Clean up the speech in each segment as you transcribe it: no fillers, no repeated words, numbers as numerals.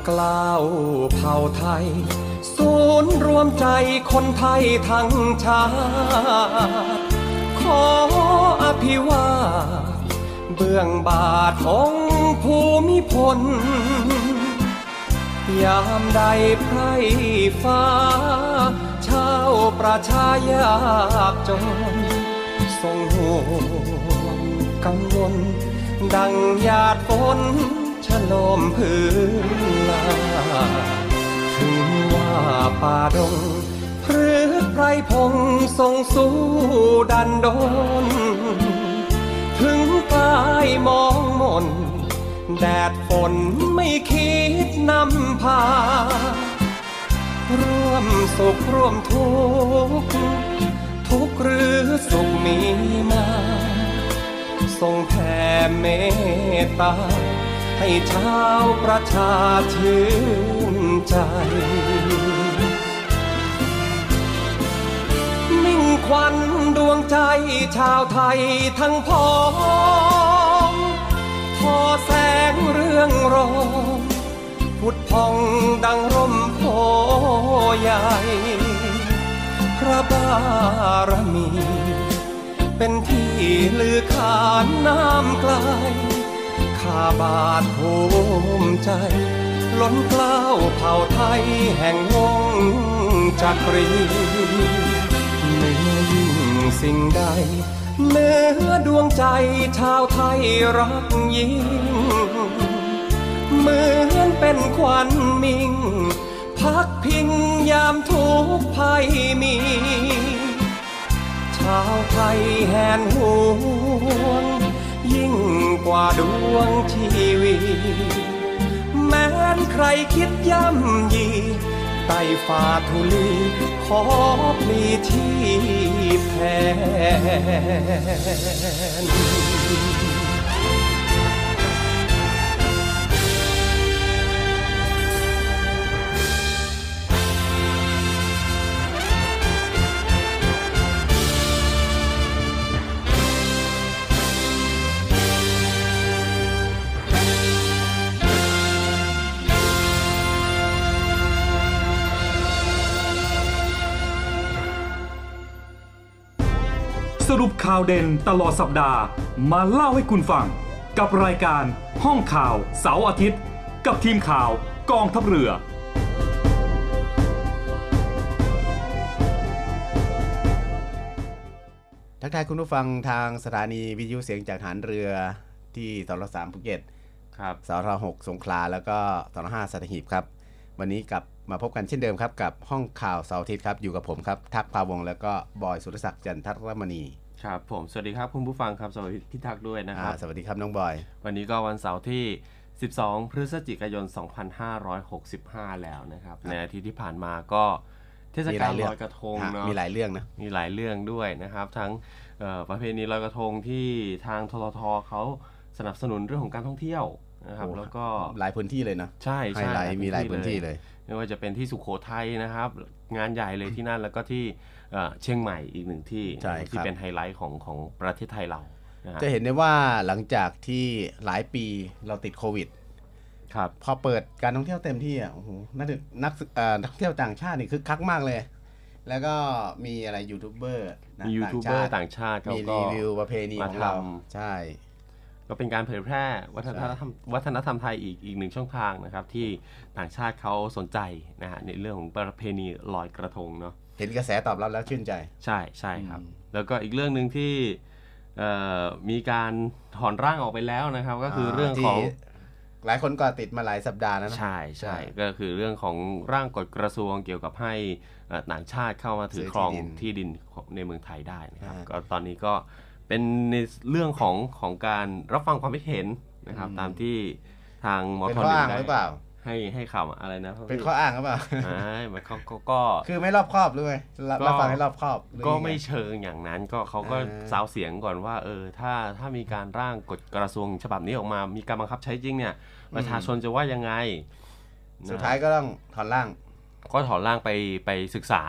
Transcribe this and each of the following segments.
กล้าวเผ่าไทยศูนย์รวมใจคนไทยทั้งชาติขออภิวาทเบื้องบาทองค์ภูมิพลยามใดไพร่ฟ้าชาวประชายากจนทรงห่วงกังวลดังหยาดฝนฉโลมพื้นลาถึงว่าป่าดงพฤกษ์ไพรพงทรงสู้ดันดนถึงกายมองมนแดดฝนไม่คิดนำพาร่วมสุขร่วมทุกข์ทุกข์หรือสุขมีมาทรงแผ่เมตตาให้ชาวประชาชื่นใจมิ่งขวัญดวงใจชาวไทยทั้งพ้องพอแสงเรื่องรองผุดพองดังร่มโพใหญ่พระบารมีเป็นที่ลือขานน้ำไกลข้าบาทภูมิใจล้นเกล้าเผ่าไทยแห่งวงจักรีเหนือยิ่งสิ่งใดเหนือดวงใจชาวไทยรักยิ่งเหมือนเป็นขวัญมิ่งพักพิงยามทุกข์ภัยมีชาวไทยแห่งห่วงยิ่งกว่าดวงชีวิตแม้นใครคิดย่ำยีใต้ฝ่าธุลีขอพลีที่แทนสรุปข่าวเด่นตลอดสัปดาห์มาเล่าให้คุณฟังกับรายการห้องข่าวเสาร์อาทิตย์กับทีมข่าวกองทัพเรือทักทายคุณผู้ฟังทางสถานีวิทยุเสียงจากฐานเรือที่สร3ภูเก็ตครับสร6สงขลาแล้วก็สร5สัตหีบครับวันนี้กลับมาพบกันเช่นเดิมครับกับห้องข่าวเสาร์อาทิตย์ครับอยู่กับผมครับทักษ์ภาวงศ์แล้วก็บอยสุรศักดิ์จันทรมณีครับผมสวัสดีครับคุณผู้ฟังครับสวัสดีพี่ทักษ์ด้วยนะครับสวัสดีครับน้องบอยวันนี้ก็วันเสาร์ที่12พฤศจิกายน2565แล้วนะครับในอาทิตย์ที่ผ่านมาก็เทศกาลลอยกระทงเนาะมีหลายเรื่องนะมีหลายเรื่องด้วยนะครับทั้งประเพณีลอยกระทงที่ทางทททเขาสนับสนุนเรื่องของการท่องเที่ยวนะครับแล้วก็หลายพื้นที่เลยนะใช่ใช่มีหลายพื้นที่เลยไม่ว่าจะเป็นที่สุโขทัยนะครับงานใหญ่เลยที่นั่นแล้วก็ที่เชียงใหม่อีกหนึ่งที่ที่เป็นไฮไลท์ของประเทศไทยเราจะเห็นได้ว่าหลังจากที่หลายปีเราติดโควิดครับพอเปิดการท่องเที่ยวเต็มที่อ่ะโอ้โหนักท่องเที่ยวต่างชาตินี่คึกคักมากเลยแล้วก็มีอะไรยูทูบเบอร์ต่างชาติมีรีวิวประเพณีของเราใช่ก็เป็นการเผยแพร่วัฒนธรรมไทยอีกหนึ่งช่องทางนะครับที่ต่างชาติเขาสนใจนะฮะในเรื่องของประเพณีลอยกระทงเนาะเห็นกระแสตอบรับแล้วชื่นใจใช่ครับแล้วก็อีกเรื่องนึงที่มีการถอนร่างออกไปแล้วนะครับก็คือเรื่องของหลายคนก็ติดมาหลายสัปดาห์แล้วนะใช่ก็คือเรื่องของร่างกฎกระทรวงเกี่ยวกับให้ต่างชาติเข้ามาถือครองที่ดินในเมืองไทยได้นะครับก็ตอนนี้ก็เป็นในเรื่องของการรับฟังความคิดเห็นนะครับตามที่ทางมท. ได้ให้ข่าวอะไรนะเป็นข้ออ้างหรือเปล่าไม่เขาก็คือไม่รอบคอบด้วยรับฟังให้รอบคอบก็ไม่เชิงอย่างนั้นก็เขาก็ซาวเสียงก่อนว่าถ้ามีการร่างกฎกระทรวงฉบับนี้ออกมามีการบังคับใช้จริงเนี่ยประชาชนจะว่ายังไงสุดท้ายก็ต้องถอนร่างไปศึกษา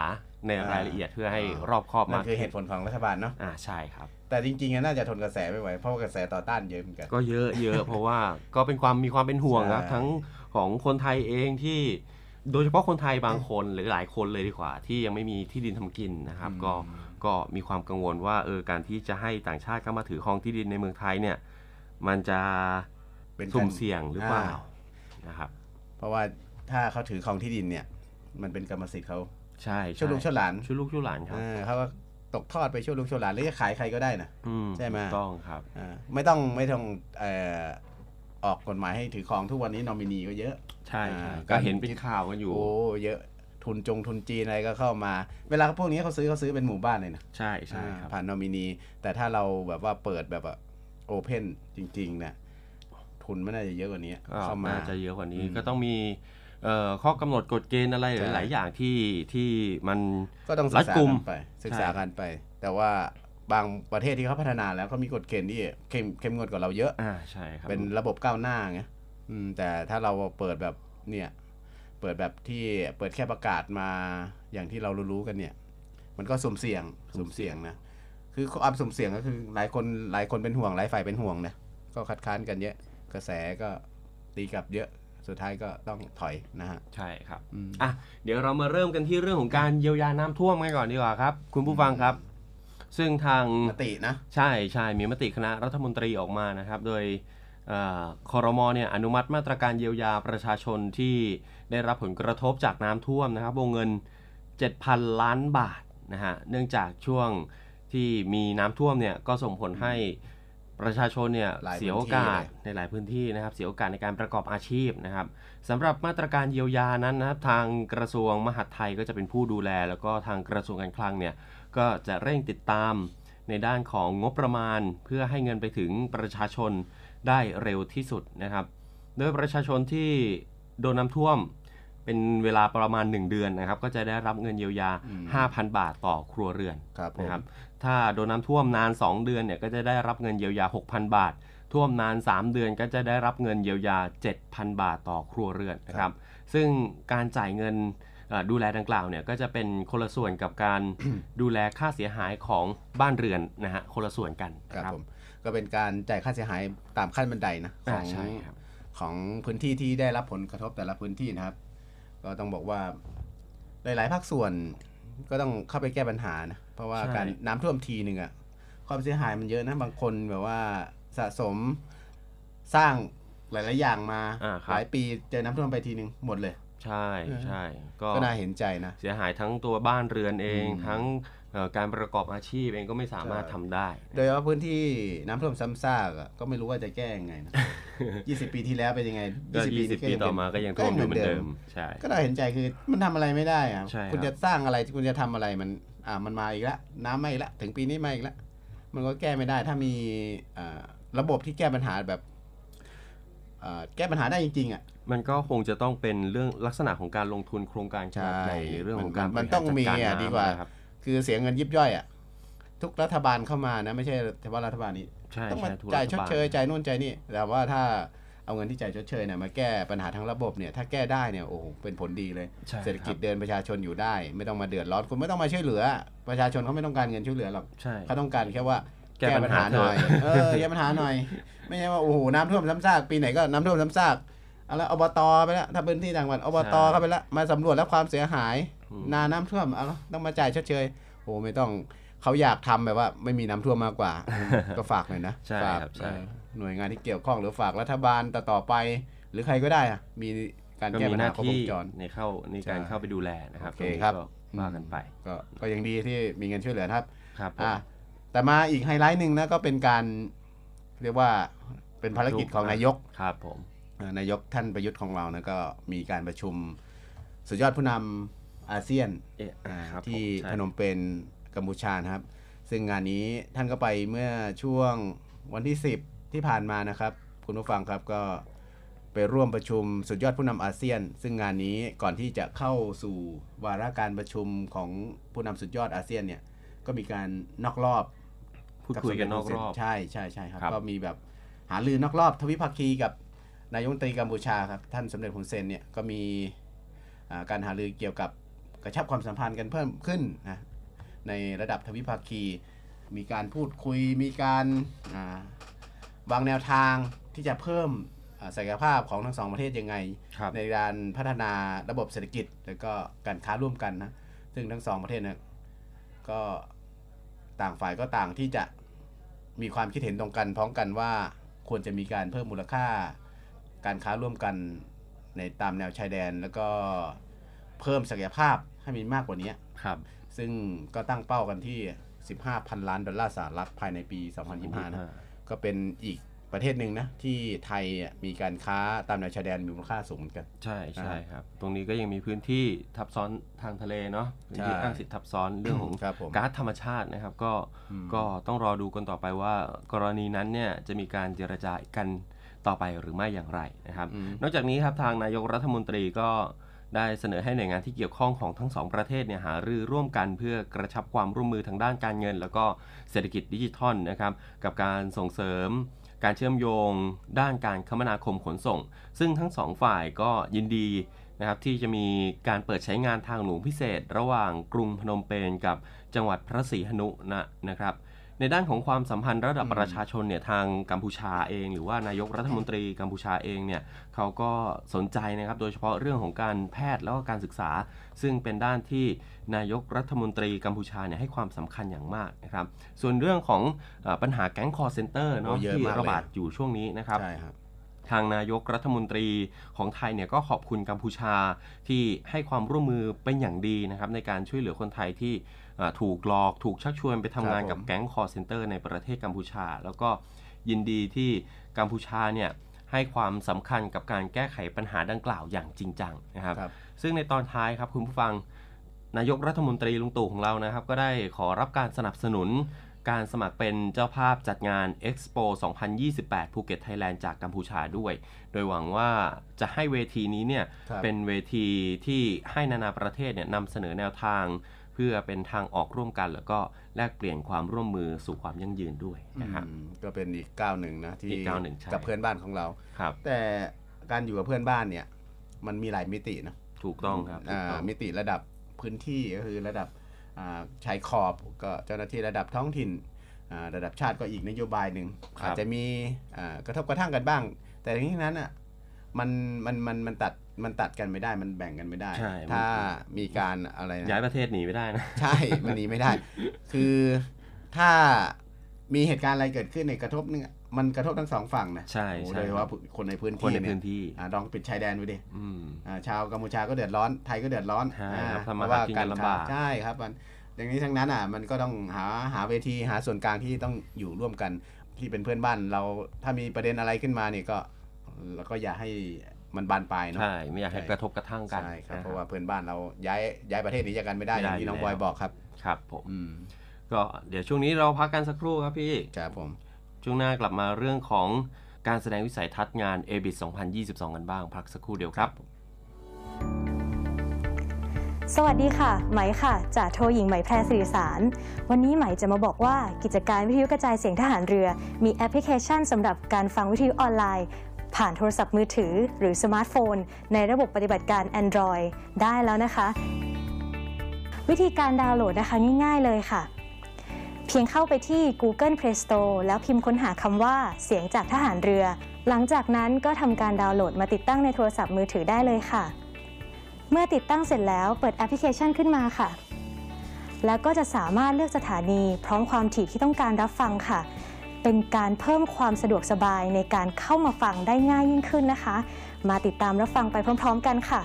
ในรายละเอียดเพื่อให้รอบคอบมากนั่นคือเหตุผลของรัฐบาลเนาะใช่ครับแต่จริงๆน่าจะทนกระแสไม่ไหวเพราะกระแสต่อต้านเยอะเหมือนกันก็เยอะเพราะว่าก็เป็นมีความเป็นห่วงครับทั้งของคนไทยเองที่โดยเฉพาะคนไทยบางคนหรือหลายคนเลยดีกว่าที่ยังไม่มีที่ดินทำกินนะครับก็มีความกังวลว่าการที่จะให้ต่างชาติเข้ามาถือครองที่ดินในเมืองไทยเนี่ยมันจะสุ่มเสี่ยงหรือเปล่านะครับเพราะว่าถ้าเขาถือครองที่ดินเนี่ยมันเป็นกรรมสิทธิ์เขาใช่ช่วยลูกช่วยหลานครับเขาก็ตกทอดไปช่วยลูกช่วยหลานหรือจะขายใครก็ได้นะใช่ไหมต้องครับไม่ต้องออกกฎหมายให้ถือครองทุกวันนี้นอมินีก็เยอะใช่ก็เห็นเป็นข่าวกันอยู่โอ้เยอะทุนจีนอะไรก็เข้ามาเวลาพวกนี้เขาซื้อเป็นหมู่บ้านเลยนะใช่ครับผ่านนอมินีแต่ถ้าเราแบบว่าเปิดแบบโอเพ่นจริงๆเนี่ยทุนไม่น่าจะเยอะกว่านี้เข้ามาจะเยอะกว่านี้ก็ต้องมีข้อกำหนดกฎเกณฑ์อะไรหลายอย่างที่มันก็ต้องศึกษากันไปแต่ว่าบางประเทศที่เขาพัฒนาแล้วเขามีกฎเกณฑ์ที่เข้มงวดกว่าเราเยอะใช่ครับเป็นระบบก้าวหน้าไงแต่ถ้าเราเปิดแบบเนี่ยเปิดแบบที่เปิดแค่ประกาศมาอย่างที่เรารู้กันเนี่ยมันก็สุ่มเสี่ยงนะคือความสุ่มเสี่ยงก็คือหลายคนเป็นห่วงหลายฝ่ายเป็นห่วงนะก็คัดค้านกันเยอะกระแสก็ตีกลับเยอะสุดท้ายก็ต้องถอยนะฮะใช่ครับเดี๋ยวเรามาเริ่มกันที่เรื่องของการเยียวยาน้ำท่วมกันก่อนดีกว่าครับคุณผู้ฟังครับซึ่งทางมตินะใช่มีมติคณะรัฐมนตรีออกมานะครับโดยครม.เนี่ยอนุมัติมาตรการเยียวยาประชาชนที่ได้รับผลกระทบจากน้ำท่วมนะครับวงเงิน 7,000 ล้านบาทนะฮะเนื่องจากช่วงที่มีน้ำท่วมเนี่ยก็ส่งผลให้ประชาชนเนี่ยเสียโอกาสในหลายพื้นที่นะครับเสียโอกาสในการประกอบอาชีพนะครับสำหรับมาตรการเยียวยานั้นนะครับทางกระทรวงมหาดไทยก็จะเป็นผู้ดูแลแล้วก็ทางกระทรวงการคลังเนี่ยก็จะเร่งติดตามในด้านของงบประมาณเพื่อให้เงินไปถึงประชาชนได้เร็วที่สุดนะครับโดยประชาชนที่โดนน้ำท่วมเป็นเวลาประมาณ1เดือนนะครับก็จะได้รับเงินเยียวยา 5,000 บาทต่อครัวเรือนนะครับถ้าโดนน้ำท่วมนาน2เดือนเนี่ยก็จะได้รับเงินเยียวยา 6,000 บาทท่วมนาน3เดือนก็จะได้รับเงินเยียวยา 7,000 บาทต่อครัวเรือนนะครับซึ่งการจ่ายเงินดูแลดังกล่าวเนี่ยก็จะเป็นคนละส่วนกับการ ดูแลค่าเสียหายของบ้านเรือนนะฮะคนละส่วนกันครับผมก็เป็นการจ่ายค่าเสียหายตามขั้นบันไดนะของพื้นที่ที่ได้รับผลกระทบแต่ละพื้นที่นะครับก็ต้องบอกว่าหลายๆภาคส่วนก็ต้องเข้าไปแก้ปัญหานะเพราะว่าการน้ำท่วมทีนึงความเสียหายมันเยอะนะบางคนแบบว่าสะสมสร้างหลายๆอย่างมาหลายปีเจอน้ำท่วมไปทีนึงหมดเลยใช่ก็น่าเห็นใจนะเสียหายทั้งตัวบ้านเรือนเองทั้งการประกอบอาชีพเองก็ไม่สามารถทำได้โดยเฉพาะพื้นที่น้ำท่วมซ้ำซากก็ไม่รู้ว่าจะแก้ยังไงนะ20 ปีที่แล้วเป็นยังไง 20 ปีต่อมาก็ยังท่วมอยู่เหมือนเดิมใช่ก็น่าเห็นใจคือมันทำอะไรไม่ได้คุณจะสร้างอะไรคุณจะทำอะไรมันมาอีกแล้วน้ำมาอีกแล้วถึงปีนี้มาอีกแล้วมันก็แก้ไม่ได้ถ้ามีระบบที่แก้ปัญหาแบบแก้ปัญหาได้จริงๆมันก็คงจะต้องเป็นเรื่องลักษณะของการลงทุนโครงการขนาดใหญ่เรื่องของการมันต้องมีดีกว่าคือเสียเงินยิบย่อยทุกรัฐบาลเข้ามานะไม่ใช่เฉพาะรัฐบาลนี้ต้องมาจ่ายชดเชยจ่ายนู่นจ่ายนี่แต่ว่าถ้าเอาเงินที่จ่ายชดเชยเนี่ยมาแก้ปัญหาทั้งระบบเนี่ยถ้าแก้ได้เนี่ยโอ้โหเป็นผลดีเลยเศรษฐกิจเดินประชาชนอยู่ได้ไม่ต้องมาเดือดร้อนคุณไม่ต้องมาช่วยเหลือประชาชนเขาไม่ต้องการเงินช่วยเหลือหรอกเขาต้องการแค่ว่าแก้ปัญหาหน่อยแก้ปัญหาหน่อยไม่ใช่ว่าโอ้โหน้ำท่วมซ้ำซากปีไหนก็น้ำท่วมซ้ำซากเอาละอบตไปแล้วถ้าพื้นที่ต่างจังหวัดอบตเข้าไปแล้วมาสำรวจแล้วความเสียหายน้ำท่วมเอาละต้องมาจ่ายชดเชยโอ้ไม่ต้องเขาอยากทำแบบว่าไม่มีน้ำท่วมมากกว่าก็ฝากหน่อยนะฝากหน่วยงานที่เกี่ยวข้องหรือฝากรัฐบาลต่อไปหรือใครก็ได้มีการแก้ปัญหาครบวงจรในการเข้าไปดูแลนะครับโอเคครับว่ากันไปก็ยังดีที่มีเงินช่วยเหลือครับแต่มาอีกไฮไลท์หนึ่งนะก็เป็นการเรียกว่าเป็นภารกิจของนายกครับผมนายกท่านประยุทธ์ของเรานะก็มีการประชุมสุดยอดผู้นำอาเซียนที่พนมเปญกัมพูชานะครับซึ่งงานนี้ท่านก็ไปเมื่อช่วงวันที่10ที่ผ่านมานะครับคุณผู้ฟังครับก็ไปร่วมประชุมสุดยอดผู้นำอาเซียนซึ่งงานนี้ก่อนที่จะเข้าสู่วาระการประชุมของผู้นำสุดยอดอาเซียนเนี่ยก็มีการนอกรอบพูดคุยกันนอกรอบใช่ครับก็มีแบบหารือนอกรอบทวิภาคีกับนายกรัฐมนตรีกัมพูชาครับท่านสมเด็จฮุนเซนเนี่ยก็มีการหารือเกี่ยวกับกระชับความสัมพันธ์กันเพิ่มขึ้นนะในระดับทวิภาคีมีการพูดคุยมีการวางแนวทางที่จะเพิ่มศักยภาพของทั้งสองประเทศยังไงในการพัฒนาระบบเศรษฐกิจแล้วก็การค้าร่วมกันนะซึ่งทั้งสองประเทศเนี่ยก็ต่างฝ่ายก็ต่างที่จะมีความคิดเห็นตรงกันพร้อมกันว่าควรจะมีการเพิ่มมูลค่าการค้าร่วมกันในตามแนวชายแดนแล้วก็เพิ่มศักยภาพให้มีมากกว่านี้ครับซึ่งก็ตั้งเป้ากันที่$15,000 ล้านภายในปี 2025 นะก็เป็นอีกประเทศหนึ่งนะที่ไทยมีการค้าตามแนวชายแดนมีมูลค่าสูงเหมือนกันใช่ใช่ครับตรงนี้ก็ยังมีพื้นที่ทับซ้อนทางทะเลเนาะพื้นที่อ้างสิทธิ์ทับซ้อนเรื่องของก๊าซธรรมชาตินะครับก็ต้องรอดูกันต่อไปว่ากรณีนั้นเนี่ยจะมีการเจรจากันต่อไปหรือไม่อย่างไรนะครับนอกจากนี้ครับทางนายกรัฐมนตรีก็ได้เสนอให้หน่วยงานที่เกี่ยวข้องของทั้งสองประเทศเนี่ยหารือร่วมกันเพื่อกระชับความร่วมมือทางด้านการเงินแล้วก็เศรษฐกิจดิจิทัลนะครับกับการส่งเสริมการเชื่อมโยงด้านการคมนาคมขนส่งซึ่งทั้งสองฝ่ายก็ยินดีนะครับที่จะมีการเปิดใช้งานทางหลวงพิเศษระหว่างกรุงพนมเปญกับจังหวัดพระศรีหนุนะครับในด้านของความสัมพันธ์ระดับประชาชนเนี่ยทางกัมพูชาเองหรือว่านายกรัฐมนตรีกัมพูชาเองเนี่ยเขาก็สนใจนะครับโดยเฉพาะเรื่องของการแพทย์แล้วก็การศึกษาซึ่งเป็นด้านที่นายกรัฐมนตรีกัมพูชาเนี่ยให้ความสำคัญอย่างมากนะครับส่วนเรื่องของปัญหาแก๊งคอลเซ็นเตอร์เนาะที่ระบาดอยู่ช่วงนี้นะครับทางนายกรัฐมนตรีของไทยเนี่ยก็ขอบคุณกัมพูชาที่ให้ความร่วมมือเป็นอย่างดีนะครับในการช่วยเหลือคนไทยที่ถูกหลอกถูกชักชวนไปทำงานกับแก๊งคอลเซ็นเตอร์ในประเทศกัมพูชาแล้วก็ยินดีที่กัมพูชาเนี่ยให้ความสำคัญกับการแก้ไขปัญหาดังกล่าวอย่างจริงจังนะครับซึ่งในตอนท้ายครับคุณผู้ฟังนายกรัฐมนตรีลุงตู่ของเรานะครับก็ได้ขอรับการสนับสนุนการสมัครเป็นเจ้าภาพจัดงาน Expo 2028 ภูเก็ตไทยแลนด์จากกัมพูชาด้วยโดยหวังว่าจะให้เวทีนี้เนี่ยเป็นเวทีที่ให้นานาประเทศเนี่ยนำเสนอแนวทางเพื่อเป็นทางออกร่วมกันแล้วก็แลกเปลี่ยนความร่วมมือสู่ความยั่งยืนด้วยนะครับก็เป็นอีกก้าวหนึ่งนะที่กับเพื่อนบ้านของเราแต่การอยู่กับเพื่อนบ้านเนี่ยมันมีหลายมิตินะถูกต้องครับมิติระดับพื้นที่ก็คือระดับชายขอบก็เจ้าหน้าที่ระดับท้องถิ่นระดับชาติก็อีกนโยบายหนึ่งอาจจะมีกระทบกระทั่งกันบ้างแต่ทั้งนี้นั้นอ่ะมันตัดกันไม่ได้มันแบ่งกันไม่ได้ถ้ามีการอะไรย้ายประเทศหนีไม่ได้นะใช่มันหนีไม่ได้คือถ้ามีเหตุการณ์อะไรเกิดขึ้นในกระทบนึงมันกระทบทั้งสองฝั่งนะใช่โดยเฉพาะคนในพื้นที่ลองปิดชายแดนไปดิชาวกัมพูชาก็เดือดร้อนไทยก็เดือดร้อนเพราะว่าการลำบากใช่ครับอย่างนี้ทั้งนั้นมันก็ต้องหาเวทีหาส่วนกลางที่ต้องอยู่ร่วมกันที่เป็นเพื่อนบ้านเราถ้ามีประเด็นอะไรขึ้นมาเนี่ยก็เราก็อย่าให้มันบานปลายเนาะใช่ไม่อยากให้กระทบกระทั่งกันใช่ครับเพราะว่าเพื่อนบ้านเราย้ายประเทศนี้จากกันไม่ได้อย่างที่น้องบอยบอกครับครับผมก็เดี๋ยวช่วงนี้เราพักกันสักครู่ครับพี่ครับผมช่วงหน้ากลับมาเรื่องของการแสดงวิสัยทัศน์งาน ABIT 2022 กันบ้างพักสักครู่เดียวครับสวัสดีค่ะไหมค่ะจากโทหญิงไหมแพรสิริสารวันนี้ไหมจะมาบอกว่ากิจการวิทยุกระจายเสียงทหารเรือมีแอปพลิเคชันสำหรับการฟังวิทยุออนไลน์ผ่านโทรศัพท์มือถือหรือสมาร์ทโฟนในระบบปฏิบัติการ Android ได้แล้วนะคะวิธีการดาวน์โหลดนะคะง่ายๆเลยค่ะเพียงเข้าไปที่ Google Play Store แล้วพิมพ์ค้นหาคำว่าเสียงจากทหารเรือหลังจากนั้นก็ทำการดาวน์โหลดมาติดตั้งในโทรศัพท์มือถือได้เลยค่ะเมื่อติดตั้งเสร็จแล้วเปิดแอปพลิเคชันขึ้นมาค่ะแล้วก็จะสามารถเลือกสถานีพร้อมความถี่ที่ต้องการรับฟังค่ะเป็นการเพิ่มความสะดวกสบายในการเข้ามาฟังได้ง่ายยิ่งขึ้นนะคะมาติดตามรับฟังไปพร้อมๆกันค่ะ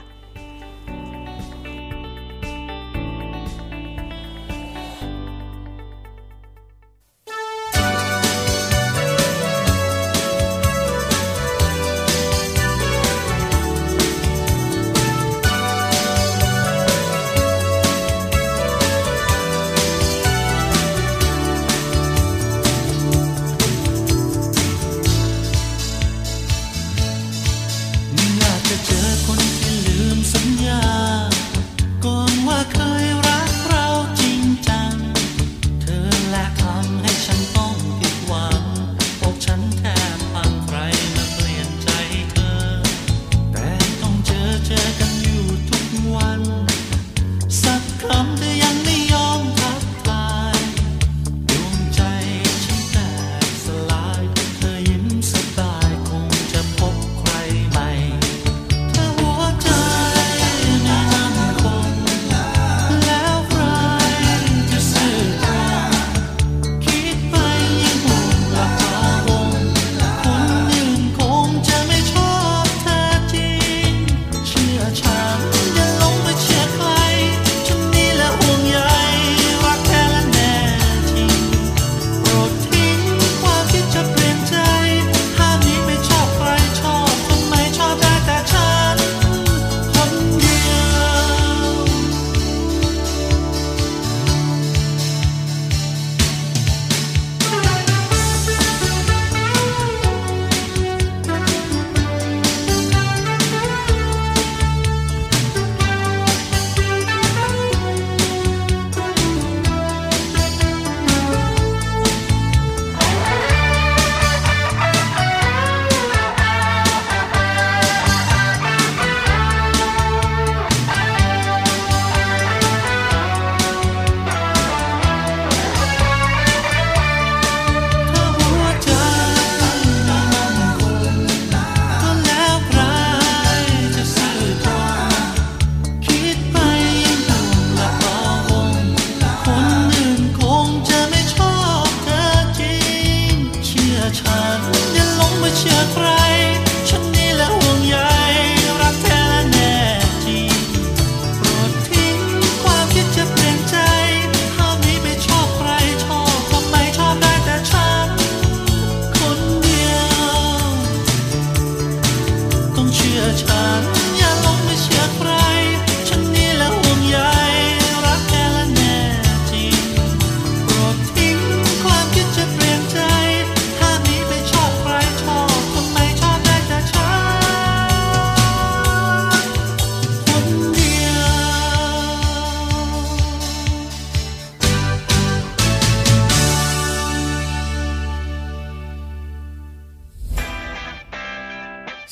เจอคนที่ลืม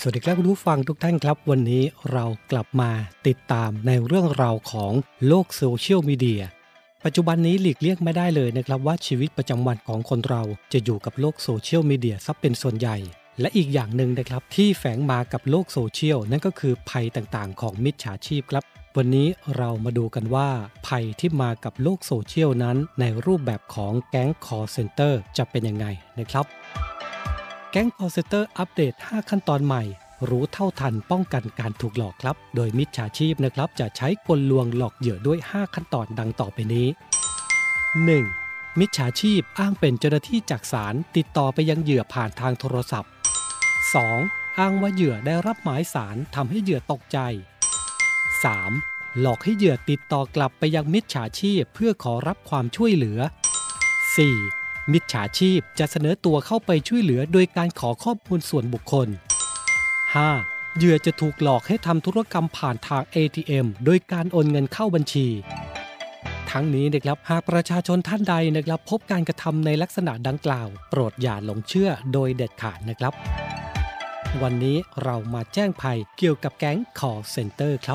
สวัสดีครับคุณผู้ฟังทุกท่านครับวันนี้เรากลับมาติดตามในเรื่องราวของโลกโซเชียลมีเดียปัจจุบันนี้หลีกเลี่ยงไม่ได้เลยนะครับว่าชีวิตประจำวันของคนเราจะอยู่กับโลกโซเชียลมีเดียซะเป็นส่วนใหญ่และอีกอย่างหนึ่งนะครับที่แฝงมากับโลกโซเชียลนั่นก็คือภัยต่างๆของมิจฉาชีพครับวันนี้เรามาดูกันว่าภัยที่มากับโลกโซเชียลนั้นในรูปแบบของแก๊ง call center จะเป็นยังไงนะครับแก๊ง call center อัปเดต5ขั้นตอนใหม่รู้เท่าทันป้องกันการถูกหลอกครับโดยมิจฉาชีพนะครับจะใช้กลลวงหลอกเหยื่อด้วย5ขั้นตอนดังต่อไปนี้ 1. มิจฉาชีพอ้างเป็นเจ้าหน้าที่จากศาลติดต่อไปยังเหยื่อผ่านทางโทรศัพท์ 2. อ้างว่าเหยื่อได้รับหมายศาลทำให้เหยื่อตกใจ 3. หลอกให้เหยื่อติดต่อกลับไปยังมิจฉาชีพเพื่อขอรับความช่วยเหลือ 4. มิจฉาชีพจะเสนอตัวเข้าไปช่วยเหลือโดยการขอข้อมูลส่วนบุคคล 5. เหยื่อจะถูกหลอกให้ทำธุรกรรมผ่านทาง ATM โดยการโอนเงินเข้าบัญชีทั้งนี้นะครับหากประชาชนท่านใดนะครับพบการกระทำในลักษณะดังกล่าวโปรดอย่าหลงเชื่อโดยเด็ดขาดนะครับวันนี้เรามาแจ้งภัยเกี่ยวกับแก๊ง call center ครับ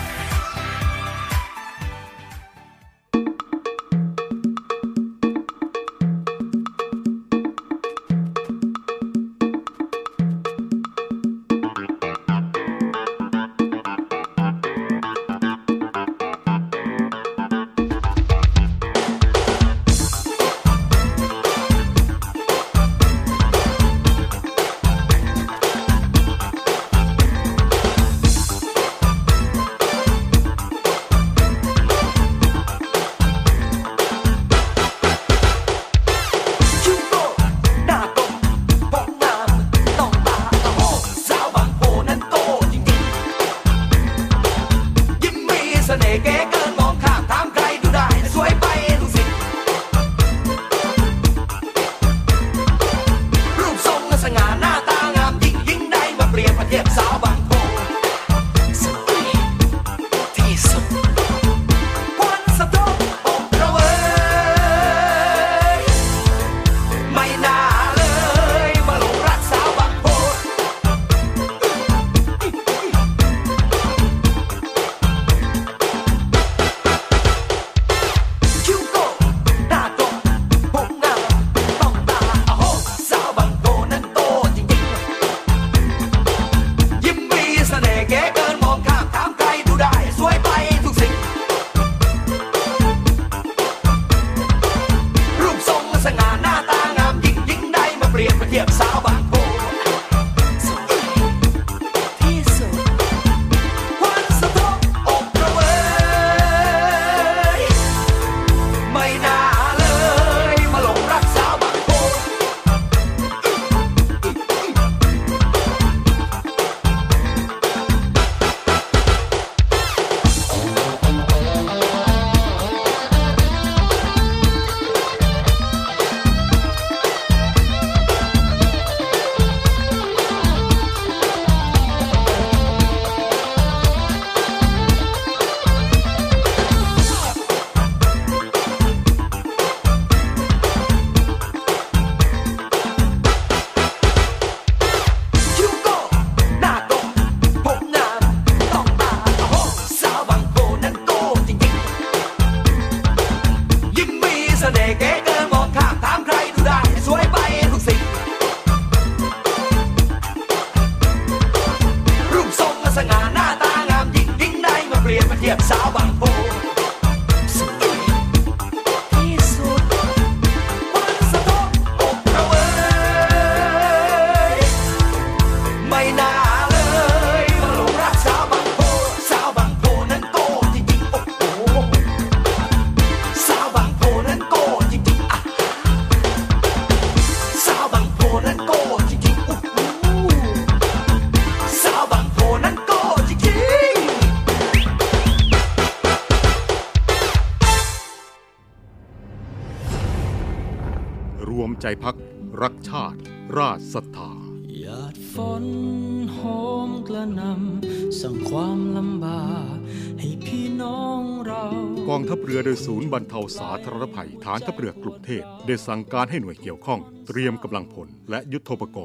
ใจพักรักชาติราชศรัทธาหยาดฝนโหมกระหน่ำสั่งความลำบากให้พี่น้องเรากองทัพเรือโดยศูนย์บรรเทาสาธารณภัยฐานทัพเรือกรุงเทพได้สั่งการให้หน่วยเกี่ยวข้องเตรียมกำลังพลและยุทโธปกรณ์เ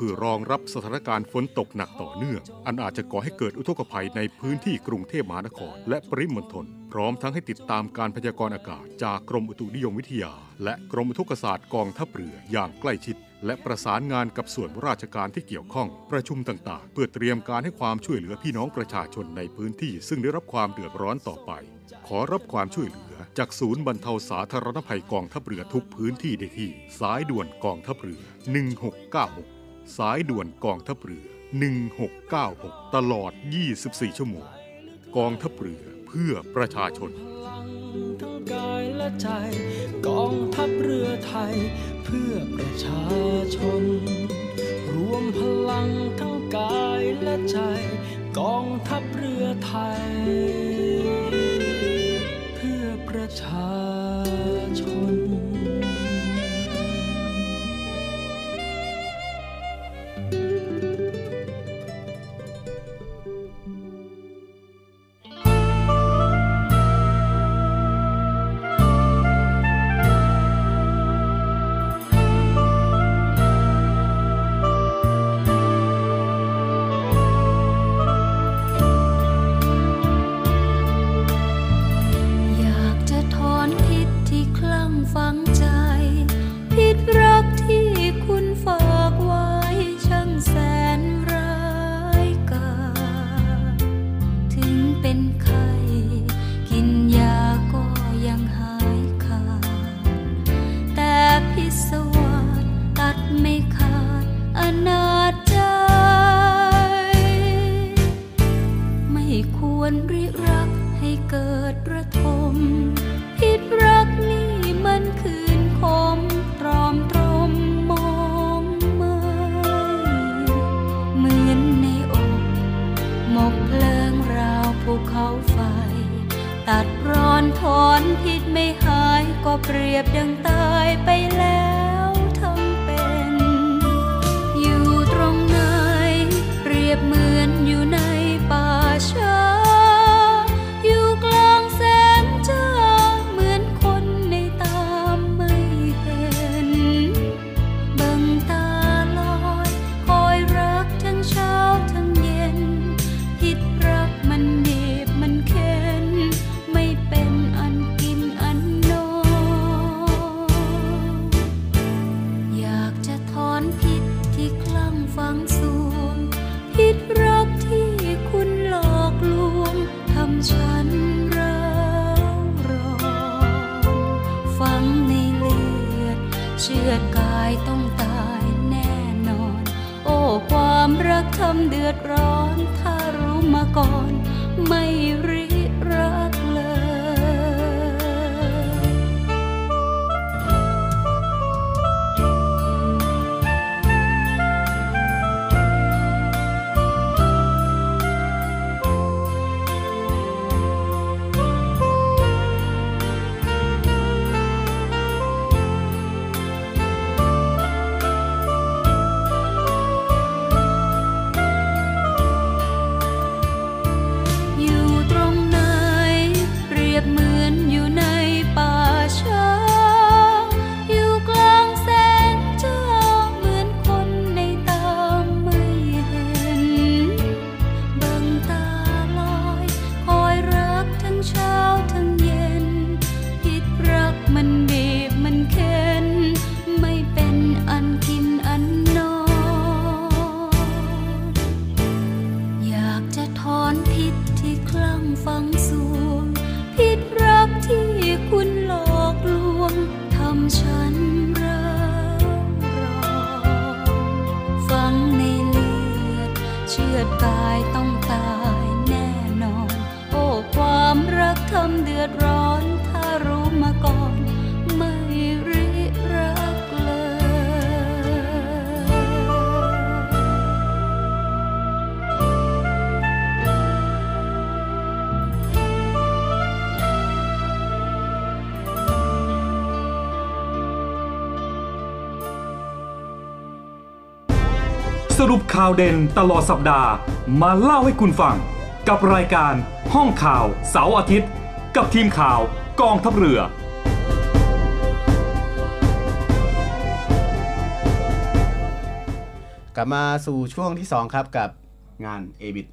พื่อรองรับสถานการณ์ฝนตกหนักต่อเนื่องอันอาจจะก่อให้เกิดอุทกภัยในพื้นที่กรุงเทพมหานครและปริมณฑลพร้อมทั้งให้ติดตามการพยากรณ์อากาศจากกรมอุตุนิยมวิทยาและกรมอุทกศาสตร์กองทัพเรืออย่างใกล้ชิดและประสานงานกับส่วนราชการที่เกี่ยวข้องประชุมต่างๆเพื่อเตรียมการให้ความช่วยเหลือพี่น้องประชาชนในพื้นที่ซึ่งได้รับความเดือดร้อนต่อไปขอรับความช่วยเหลือจากศูนย์บรรเทาสาธารณภัยกองทัพเรือทุกพื้นที่ได้ที่สายด่วนกองทัพเรือ1696สายด่วนกองทัพเรือ1696ตลอด24ชั่วโมงกองทัพเรือเพื่อประชาชนทั้งกายและใจกองทัพเรือไทยเพื่อประชาชนรวมพลังทั้งกายและใจกองทัพเรือไทยเพื่อประชาชนฝังใจพิษรักที่คุณฝากไว้ช่างแสนร้ายกาจถึงเป็นไข้กินยาก็ยังหายขาดแต่พิษวาสตัดไม่ขาดอนาจใจไม่ควรริรักให้เกิดระทมพิษรักนี้มันคืนคมตรอมตรมมองไม่เหมือนในอกหมกเพลิงราวภูเขาไฟตัดร้อนถอนพิษไม่หายก็เปรียบดังตายไปแล้วทั้งเป็นอยู่ตรงไหนเปรียบเหมือนอยู่ในป่าช้าอยู่กลางแสงจ้าเหมือนคนในตาไม่เห็นเบิ่งตาลอยคอยรักทั้งเช้าทั้งเย็นพิษรักมันเหน็บมันเข็นไม่เป็นอันกินอันนอนอยากจะถอนพิษที่คลั่งฝังสวงพิษรักที่คุณหลอกลวงทำฉันร้าวร้อนฝังในเลือดเชือดกายต้องตายแน่นอนโอ้ความรักทำเดือดร้อนถ้ารู้มาก่อนไม่ริรักเลยสรุปข่าวเด่นตลอดสัปดาห์มาเล่าให้คุณฟังกับรายการห้องข่าวเสาร์อาทิตย์กับทีมข่าวกองทัพเรือกลับมาสู่ช่วงที่2ครับกับงาน ABIT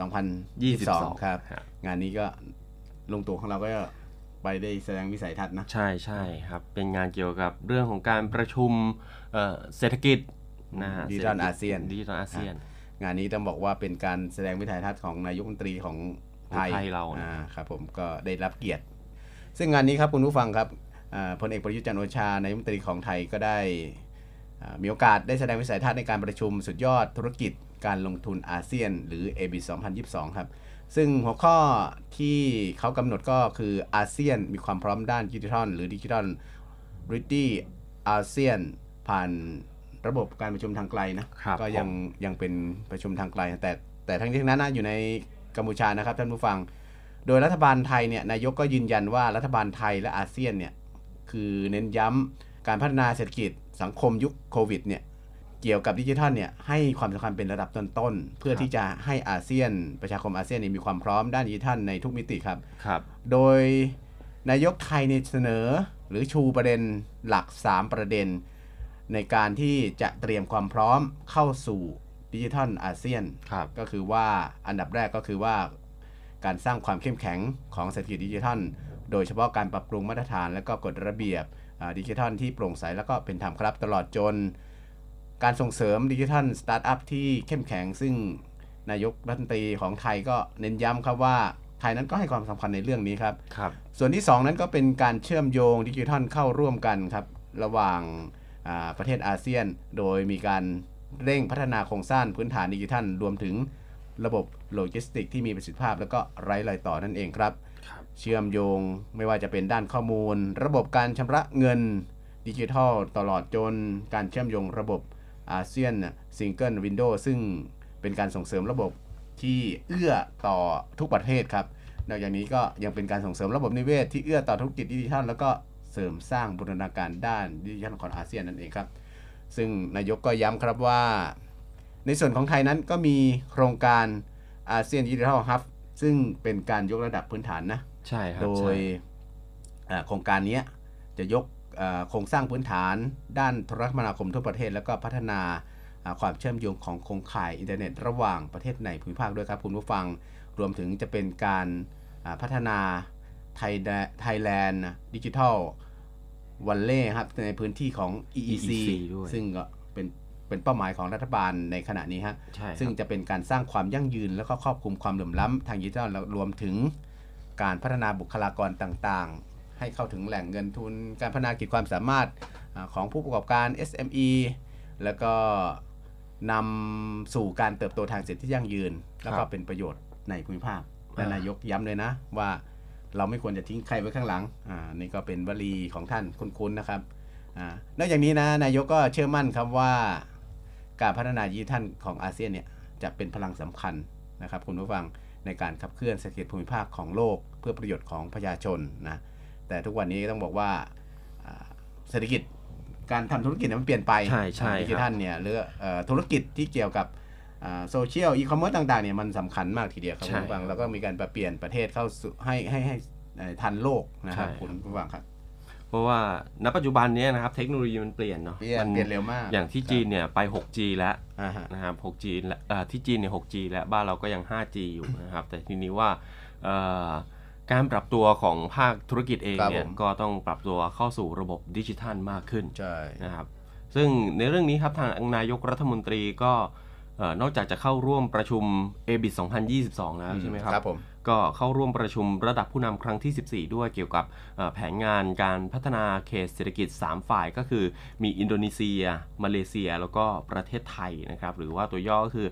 2022 ครับงานนี้ก็ลงตัวของเราก็ไปได้แสดงวิสัยทัศน์นะใช่ใช่ครับเป็นงานเกี่ยวกับเรื่องของการประชุมเศรษฐกิจนะฮะดิจิทัลอาเซียนงานนี้ต้องบอกว่าเป็นการแสดงวิสัยทัศน์ของนายกรัฐมนตรีของไทยเราครับผมก็ได้รับเกียรติซึ่งงานนี้ครับคุณผู้ฟังครับพลเอกประยุทธ์จันทร์โอชานายกรัฐมนตรีของไทยก็ได้มีโอกาสได้แสดงวิสัยทัศน์ในการประชุมสุดยอดธุรกิจการลงทุนอาเซียนหรือ ABIT 2022 ครับซึ่งหัวข้อที่เขากำหนดก็คืออาเซียนมีความพร้อมด้านดิจิทัลหรือดิจิทัลริตี้อาเซียนผ่านระบบการประชุมทางไกลนะก็ยังเป็นประชุมทางไกลแต่ทั้งนี้ทั้งนั้นอยู่ในกัมพูชานะครับท่านผู้ฟังโดยรัฐบาลไทยเนี่ยนายกก็ยืนยันว่ารัฐบาลไทยและอาเซียนเนี่ยคือเน้นย้ำการพัฒนาเศรษฐกิจสังคมยุคโควิดเนี่ยเกี่ยวกับดิจิทัลเนี่ยให้ความสำคัญเป็นระดับต้นๆเพื่อที่จะให้อาเซียนประชาคมอาเซียนมีความพร้อมด้านดิจิทัลในทุกมิติครับโดยนายกไทยเนี่ยเสนอหรือชูประเด็นหลัก3ประเด็นในการที่จะเตรียมความพร้อมเข้าสู่ดิจิทัลอาเซียนก็คือว่าอันดับแรกก็คือว่าการสร้างความเข้มแข็งของเศรษฐกิจดิจิทัลโดยเฉพาะการปรับปรุงมาตรฐานและก็กฎระเบียบดิจิทัลที่โปร่งใสแล้วก็เป็นธรรมครับตลอดจนการส่งเสริมดิจิทัลสตาร์ทอัพที่เข้มแข็งซึ่งนายกรัฐมนตรีของไทยก็เน้นย้ำครับว่าไทยนั้นก็ให้ความสำคัญในเรื่องนี้ครับส่วนที่2นั้นก็เป็นการเชื่อมโยงดิจิทัลเข้าร่วมกันครับระหว่างประเทศอาเซียนโดยมีการเร่งพัฒนาโครงสร้างพื้นฐานดิจิทัลรวมถึงระบบโลจิสติกที่มีประสิทธิภาพแล้วก็ไร้รอยต่อนั่นเองครับเชื่อมโยงไม่ว่าจะเป็นด้านข้อมูลระบบการชำระเงินดิจิทัลตลอดจนการเชื่อมโยงระบบอาเซียนซิงเกิลวินโดว์ซึ่งเป็นการส่งเสริมระบบที่เอื้อต่อทุกประเทศครับนอกจากนี้ก็ยังเป็นการส่งเสริมระบบนิเวศที่เอื้อต่อธุรกิจดิจิทัลแล้วก็เสริมสร้างบูรณาการด้านดิจิทัลของอาเซียนนั่นเองครับซึ่งนายกก็ย้ำครับว่าในส่วนของไทยนั้นก็มีโครงการอาเซียนดิจิทัลฮับซึ่งเป็นการยกระดับพื้นฐานนะใช่ครับโดยโครงการนี้จะยกโครงสร้างพื้นฐานด้านโทรคมนาคมทั่วประเทศแล้วก็พัฒนาความเชื่อมโยงของโครงข่ายอินเทอร์เน็ตระหว่างประเทศในภูมิภาคด้วยครับคุณผู้ฟังรวมถึงจะเป็นการพัฒนาไทยแลนด์ดิจิทัลวันเล่ครับในพื้นที่ของ EEC ซึ่งก็เป็นเป้าหมายของรัฐบาลในขณะนี้ฮะซึ่งจะเป็นการสร้างความยั่งยืนและก็ครอบคลุมความเหลื่อมล้ำทางดิจิทัลรวมถึงการพัฒนาบุคลากรต่างๆให้เข้าถึงแหล่งเงินทุนการพัฒนาขีดความสามารถของผู้ประกอบการ SME แล้วก็นำสู่การเติบโตทางเศรษฐกิจที่ยั่งยืนแล้วก็เป็นประโยชน์ในภูมิภาคและนายกย้ำเลยนะว่าเราไม่ควรจะทิ้งใครไว้ข้างหลังนี่ก็เป็นวลีของท่านคุ้นๆนะครับนอกจากนี้นะนายกก็เชื่อมั่นครับว่าการพัฒนาดิจิทัลของอาเซียนเนี่ยจะเป็นพลังสำคัญนะครับคุณผู้ฟังในการขับเคลื่อนเศรษฐกิจภูมิภาคของโลกเพื่อประโยชน์ของประชาชนนะแต่ทุกวันนี้ต้องบอกว่าเศรษฐกิจการทำธุรกิจมันเปลี่ยนไปดิจิทัลเนี่ยหรือธุรกิจที่เกี่ยวกับโซเชียลอีคอมเมิร์ซต่างๆเนี่ยมันสำคัญมากทีเดียวครับคุณผู้ฟังแล้วก็มีการเปลี่ยนประเทศเข้าสู่ให้ทันโลกนะครับคุณผู้ฟังครับเพราะว่าณปัจจุบันนี้นะครับเทคโนโลยีมันเปลี่ยนเนาะเปลี่ยนเร็วมากอย่างที่จีนเนี่ยไป 6G แล้วนะครับ 6G ที่จีนเนี่ย 6G แล้วบ้านเราก็ยัง 5G อยู่นะครับแต่ทีนี้ว่าการปรับตัวของภาคธุรกิจเองเนี่ยก็ต้องปรับตัวเข้าสู่ระบบดิจิทัลมากขึ้นนะครับซึ่งในเรื่องนี้ครับทางนายกรัฐมนตรีก็นอกจากจะเข้าร่วมประชุม ABIT 2022 แล้วใช่ไหมครับก็เข้าร่วมประชุมระดับผู้นำครั้งที่ 14 ด้วยเกี่ยวกับแผนงานการพัฒนาเขตเศรษฐกิจ3ฝ่ายก็คือมีอินโดนีเซียมาเลเซียแล้วก็ประเทศไทยนะครับหรือว่าตัวย่อก็คือ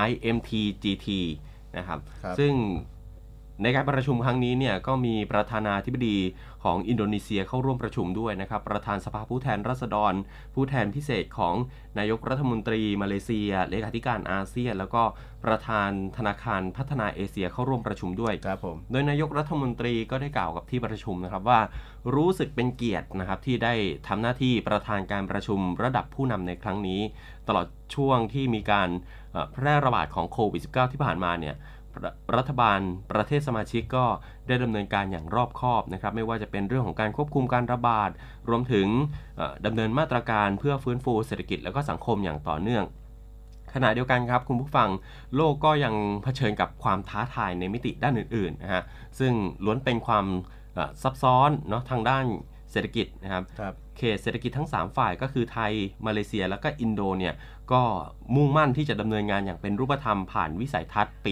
IMTGT นะครับซึ่งในการประชุมครั้งนี้เนี่ยก็มีประธานาธิบดีของอินโดนีเซียเข้าร่วมประชุมด้วยนะครับประธานสภาผู้แทนราษฎรผู้แทนพิเศษของนายกรัฐมนตรีมาเลเซียเลขาธิการอาเซียนแล้วก็ประธานธนาคารพัฒนาเอเชียเข้าร่วมประชุมด้วยครับผมโดยนายกรัฐมนตรีก็ได้กล่าวกับที่ประชุมนะครับว่ารู้สึกเป็นเกียรตินะครับที่ได้ทำหน้าที่ประธานการประชุมระดับผู้นำในครั้งนี้ตลอดช่วงที่มีการแพร่ระบาดของโควิด -19 ที่ผ่านมาเนี่ยรัฐบาลประเทศสมาชิกก็ได้ดำเนินการอย่างรอบคอบนะครับไม่ว่าจะเป็นเรื่องของการควบคุมการระบาดรวมถึงดำเนินมาตรการเพื่อฟื้นฟูเศรษฐกิจและก็สังคมอย่างต่อเนื่องขขณะเดียวกันครับคุณผู้ฟังโลกก็ยังเผชิญกับความท้าทายในมิติด้านอื่นๆนะฮะซึ่งล้วนเป็นความซับซ้อนเนาะทางด้านเศรษฐกิจนะครับเขตเศรษฐกิจทั้ง3ฝ่ายก็คือไทยมาเลเซียแล้วก็อินโดเนี่ยก็มุ่งมั่นที่จะดำเนินงานอย่างเป็นรูปธรรมผ่านวิสัยทัศน์ปี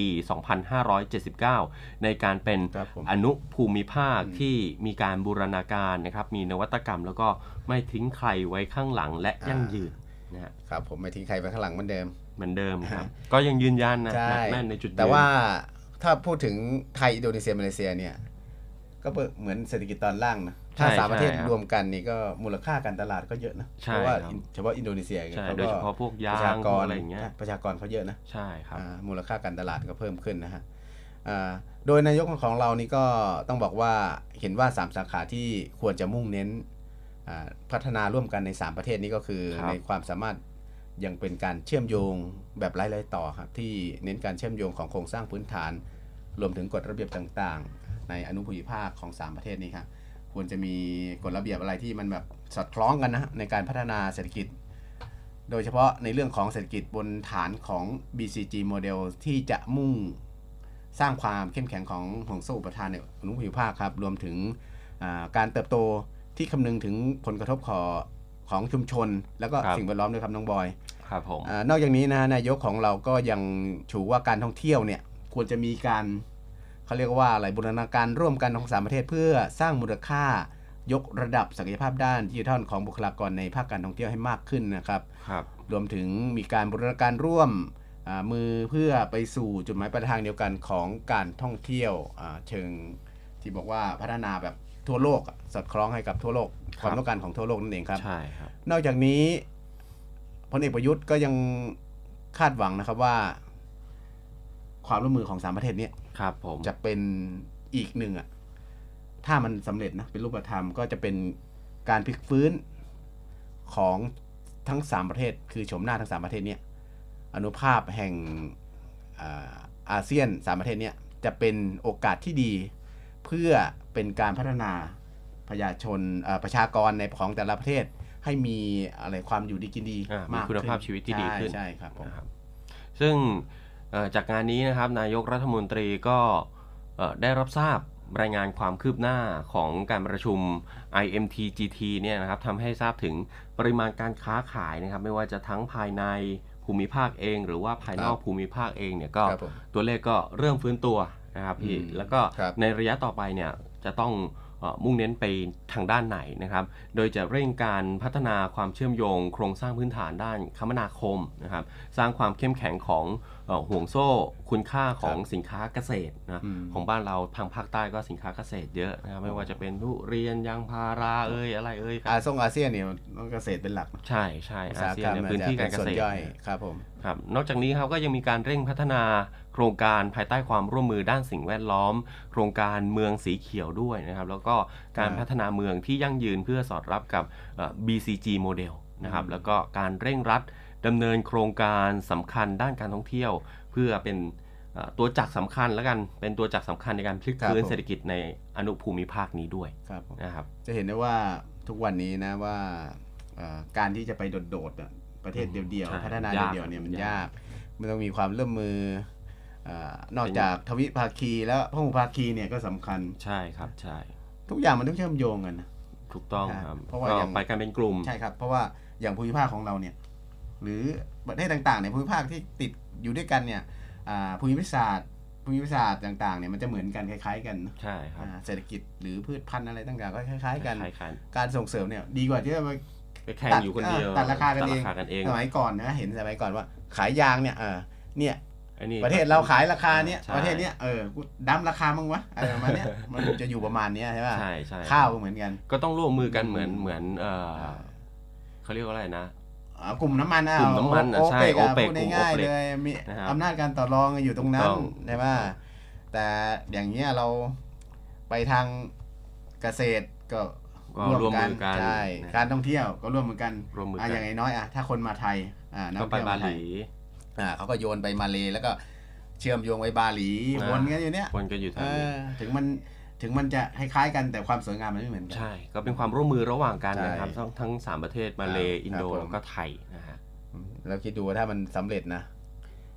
2579 ในการเป็นอนุภูมิภาคที่มีการบูรณาการนะครับมีนวัตกรรมแล้วก็ไม่ทิ้งใครไว้ข้างหลังและยั่งยืนนะครับผมไม่ทิ้งใครไว้ข้างหลังเหมือนเดิมครับก็ยังยืนยันนะแน่นในจุดยืนแต่ว่าถ้าพูดถึงไทยอินโดนีเซียมาเลเซียเนี่ยก็เหมือนเศรษฐกิจตอนล่างนะถ้า3ประเทศรวมกันนี่ก็มูลค่าการตลาดก็เยอะนะเพราะว่าเฉพาะอินโดนีเซียโดยเฉพาะพวกยางอะไรอย่างเงี้ยประชากรเขาเยอะนะใช่ครับมูลค่าการตลาดก็เพิ่มขึ้นนะฮะโดยนายกของเรานี่ก็ต้องบอกว่าเห็นว่า3สาขาที่ควรจะมุ่งเน้นพัฒนาร่วมกันใน3ประเทศนี้ก็คือในความสามารถยังเป็นการเชื่อมโยงแบบไร้ต่อครับที่เน้นการเชื่อมโยงของโครงสร้างพื้นฐานรวมถึงกฎระเบียบต่างๆในอนุภูมิภาคของ3ประเทศนี้ครับควรจะมีกฎระเบียบอะไรที่มันแบบสอดคล้องกันนะในการพัฒนาเศรษฐกิจโดยเฉพาะในเรื่องของเศรษฐกิจบนฐานของ BCG โมเดลที่จะมุ่งสร้างความเข้มแข็งของห่วงโซ่อุปทานในอนุภูมิภาคครับรวมถึงการเติบโตที่คำนึงถึงผลกระทบของชุมชนแล้วก็สิ่งแวดล้อมด้วยครับน้องบอยครับผมนอกจากนี้นะนายกของเราก็ยังชูว่าการท่องเที่ยวเนี่ยควรจะมีการเขาเรียกว่าอะไรบูรณาการร่วมกันของ3ประเทศเพื่อสร้างมูลค่ายกระดับศักยภาพด้านดิจิทัลของบุคลากรในภาคการท่องเที่ยวให้มากขึ้นนะครับรวมถึงมีการบูรณาการร่วมมือเพื่อไปสู่จุดหมายปลายทางเดียวกันของการท่องเที่ยวเชิงที่บอกว่าพัฒนาแบบทั่วโลกสอดคล้องให้กับทั่วโลกความต้องการของทั่วโลกนั่นเองครับใช่ครับนอกจากนี้พลเอกประยุทธ์ก็ยังคาดหวังนะครับว่าความร่วมมือของ3ประเทศนี้ครับผมจะเป็นอีกหนึ่งถ้ามันสำเร็จนะเป็นรูปธรรมก็จะเป็นการพลิกฟื้นของทั้ง3ประเทศคือโฉมหน้าทั้ง3ประเทศนี้อนุภาพแห่งอาเซียน3ประเทศนี้จะเป็นโอกาสที่ดีเพื่อเป็นการพัฒนาประชากรในของแต่ละประเทศให้มีอะไรความอยู่ดีกินดีมากขึ้นมีคุณภาพชีวิตที่ดีขึ้นใช่ครับซึ่งจากงานนี้นะครับนายกรัฐมนตรีก็ได้รับทราบรายงานความคืบหน้าของการประชุม IMTGT เนี่ยนะครับทำให้ทราบถึงปริมาณการค้าขายนะครับไม่ว่าจะทั้งภายในภูมิภาคเองหรือว่าภายนอกภูมิภาคเองเนี่ยก็ตัวเลขก็เริ่มฟื้นตัวนะครับพี่แล้วก็ในระยะต่อไปเนี่ยจะต้องมุ่งเน้นไปทางด้านไหนนะครับโดยจะเร่งการพัฒนาความเชื่อมโยงโครงสร้างพื้นฐานด้านคมนาคมนะครับสร้างความเข้มแข็งของห่วงโซ่คุณค่าของสินค้าเกษตรนะของบ้านเราทางภาคใต้ก็สินค้าเกษตรเยอะนะครับไม่ว่าจะเป็นทุเรียนยางพาราอะไรครับอาเซียนเนี่ยเกษตรเป็นหลักใช่อาเซียนในพื้นที่การเกษตรครับผมครับนอกจากนี้ครับก็ยังมีการเร่งพัฒนาโครงการภายใต้ความร่วมมือด้านสิ่งแวดล้อมโครงการเมืองสีเขียวด้วยนะครับแล้วก็การพัฒนาเมืองที่ยั่งยืนเพื่อสอดรับกับ BCG โมเดลนะครับแล้วก็การเร่งรัดดำเนินโครงการสำคัญด้านการท่องเที่ยวเพื่อเป็นตัวจักรสำคัญแล้วกันเป็นตัวจักรสำคัญในการพลิกฟื้นเศรษฐกิจในอนุภูมิภาคนี้ด้วยนะครับจะเห็นได้ว่าทุกวันนี้นะว่าการที่จะไปโดดๆประเทศเดียวๆพัฒนาเดียวๆเนี่ยมันยากมันต้องมีความร่วมมือนอกจากทวิภาคีแล้วพหุภาคีเนี่ยก็สำคัญใช่ครับใช่ทุกอย่างมันต้องเชื่อมโยงกันนะถูกต้องครับเพราะว่าอย่างไปกันเป็นกลุ่มใช่ครับเพราะว่าอย่างภูมิภาคของเราเนี่ยหรือประเทศต่างๆในภูมิภาคที่ติดอยู่ด้วยกันเนี่ยภูมิศาสตร์ต่างๆเนี่ยมันจะเหมือนกันคล้ายๆกันใช่ครับเศรษฐกิจหรือพืชพันธุ์อะไรต่างๆก็คล้ายๆกันการส่งเสริมเนี่ยดีกว่าที่จะไปแข่งอยู่คนเดียวตัดราคากันเองสมัยก่อนนะเห็นสมัยก่อนว่าขายยางเนี่ยประเทศเราขายราคาเนี้ยประเทศเนี้ยดั้มราคามั้งวะอะไรประมาณเนี้ยมันจะอยู่ประมาณเนี้ยใช่ป่ะใช่ข้าวก็เหมือนกันก็ต้องร่วมมือกันเหมือนเขาเรียกว่าอะไรนะกลุ่มน้ำมันกลุ่มน้ำมันใช่โอเปกง่ายๆเลยมีอำนาจการต่อรองอยู่ตรงนั้นใช่ป่ะแต่อย่างเงี้ยเราไปทางเกษตรก็ร่วมกันใช่การท่องเที่ยวก็ร่วมมือกันอย่างน้อยถ้าคนมาไทยก็ไปบาหลีเขาก็โยนไปมาเลแล้วก็เชื่อมโยงไปบาหลีวนกันอยู่เนี้ยวนกันอยู่ทางนี้ถึงมันจะคล้ายๆกันแต่ความสวยงามมันไม่เหมือนกันใช่ก็เป็นความร่วมมือระหว่างกันนะครับทั้ง3ประเทศมาเลอินโดแล้วก็ไทยนะฮะเราคิดดูว่าถ้ามันสำเร็จนะ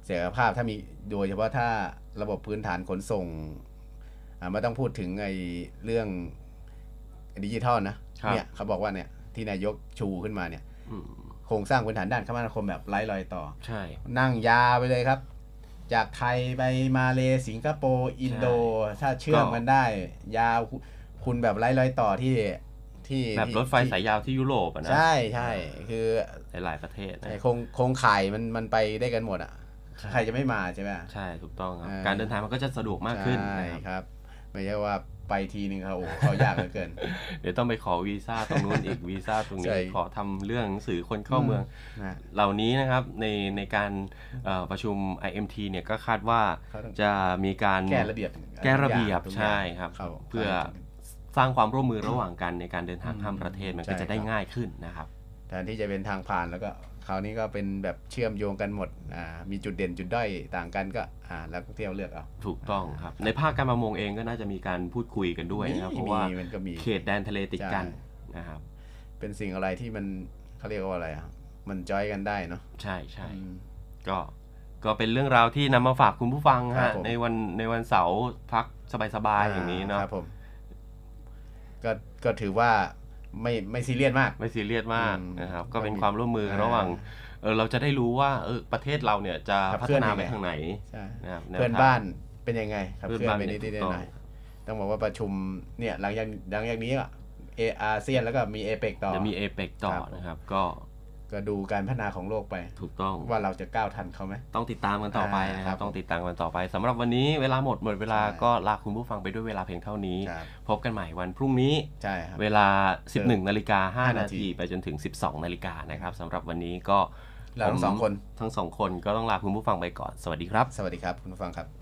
เสถียรภาพถ้ามีโดยเฉพาะถ้าระบบพื้นฐานขนส่งไม่ต้องพูดถึงไอ้เรื่องดิจิทัลนะเนี่ยเขาบอกว่าเนี่ยที่นายกชูขึ้นมาเนี่ยโครงสร้างพื้นฐานด้านคมนาคมแบบไร้รอยต่อใช่นั่งยาวไปเลยครับจากไทยไปมาเลสิงคโปร์อินโดถ้าเชื่อมกันได้ยาวคุณแบบไร้รอยต่อที่แบบรถไฟสายยาวที่ยุโรปนะใช่ใช่คือหลายประเทศนะโครงข่ายมันไปได้กันหมดอ่ะใครจะไม่มาใช่ไหมใช่ถูกต้องครับการเดินทางมันก็จะสะดวกมากขึ้นใช่ครับไม่ใช่ว่าไปทีนึงเขาเขายากเหลือเกินเดี๋ยวต้องไปขอวีซ่าตรงนู้นอีกวีซ่าตรงนี้ขอทำเรื่องหนังสือคนเข้าเมืองเหล่านี้นะครับในการประชุม IMT เนี่ยก็คาดว่าจะมีการแก้ระเบียบใช่ครับเพื่อสร้างความร่วมมือระหว่างกันในการเดินทางข้ามประเทศมันก็จะได้ง่ายขึ้นนะครับแทนที่จะเป็นทางผ่านแล้วก็คราวนี้ก็เป็นแบบเชื่อมโยงกันหมดมีจุดเด่นจุดด้อยต่างกันก็แล้วก็เที่ยวเลือกเอาถูกต้องครับในภาคการประมงเองก็น่าจะมีการพูดคุยกันด้วยนะครับเพราะว่าเขตแดนทะเลติดกันนะครับเป็นสิ่งอะไรที่มันเขาเรียกว่าอะไรมันจอยกันได้เนาะใช่ใช่ก็เป็นเรื่องราวที่นำมาฝากคุณผู้ฟังฮะในวันเสาร์พักสบายๆอย่างนี้เนาะครับผมก็ถือว่าไม่ซีเรียสมากไม่ซีเรียสมากนะครับก็เป็นความร่วมมือระหว่างเราจะได้รู้ว่าประเทศเราเนี่ยจะพัฒนาไปทางไหนนะครับเพื่อนบ้านเป็นยังไงครับเพื่อนไปนิดๆหน่อยต้องบอกว่าประชุมเนี่ยหลังจากนี้อาเซียนแล้วก็มีเอเปกต่อจะมีเอเปกต่อนะครับก็ดูการพัฒนาของโลกไปถูกต้องว่าเราจะก้าวทันเขาไหมต้องติดตามกันต่อไปนะครับต้องติดตามกันต่อไปสำหรับวันนี้เวลาหมดเวลาก็ลาคุณผู้ฟังไปด้วยเวลาเพียงเท่านี้พบกันใหม่วันพรุ่งนี้เวลา 11:05 น.ไปจนถึง 12:00 น.นะครับสำหรับวันนี้ก็เราทั้งสองคนก็ต้องลาคุณผู้ฟังไปก่อนสวัสดีครับสวัสดีครับคุณผู้ฟังครับ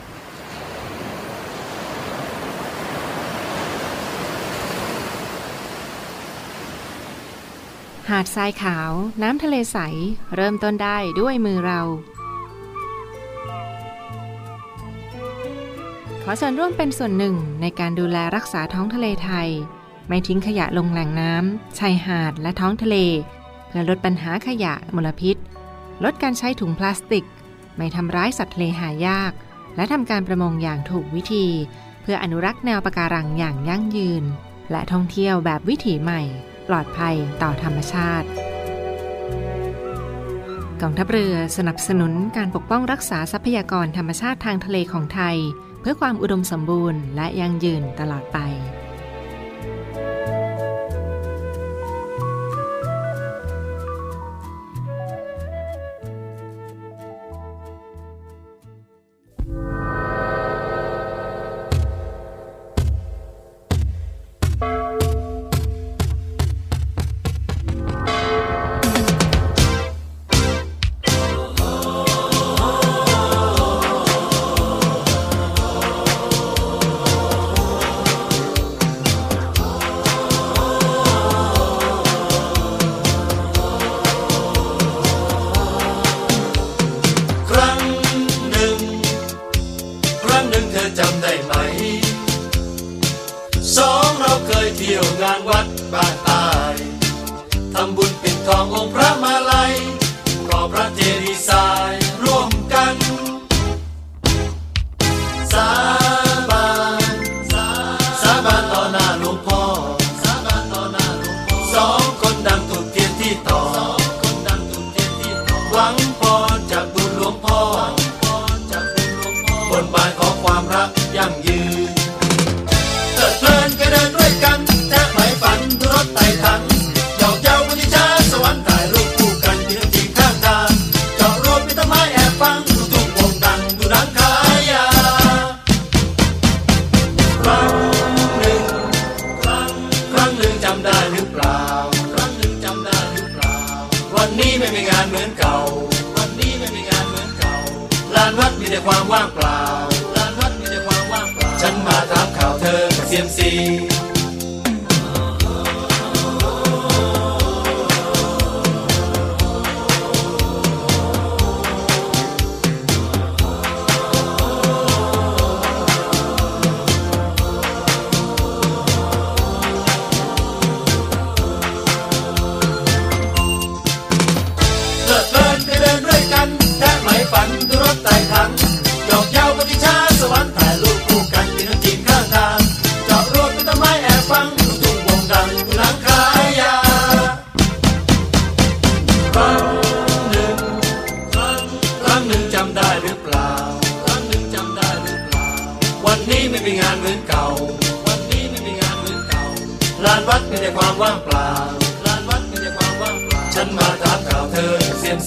หาดทรายขาวน้ำทะเลใสเริ่มต้นได้ด้วยมือเราขอเชิญร่วมเป็นส่วนหนึ่งในการดูแลรักษาท้องทะเลไทยไม่ทิ้งขยะลงแหล่งน้ำชายหาดและท้องทะเลเพื่อลดปัญหาขยะมลพิษลดการใช้ถุงพลาสติกไม่ทำร้ายสัตว์ทะเลหายากและทำการประมงอย่างถูกวิธีเพื่ออนุรักษ์แนวปะการังอย่างยั่งยืนและท่องเที่ยวแบบวิถีใหม่ปลอดภัยต่อธรรมชาติกองทัพเรือสนับสนุนการปกป้องรักษาทรัพยากรธรรมชาติทางทะเลของไทยเพื่อความอุดมสมบูรณ์และยั่งยืนตลอดไปฝัน CMC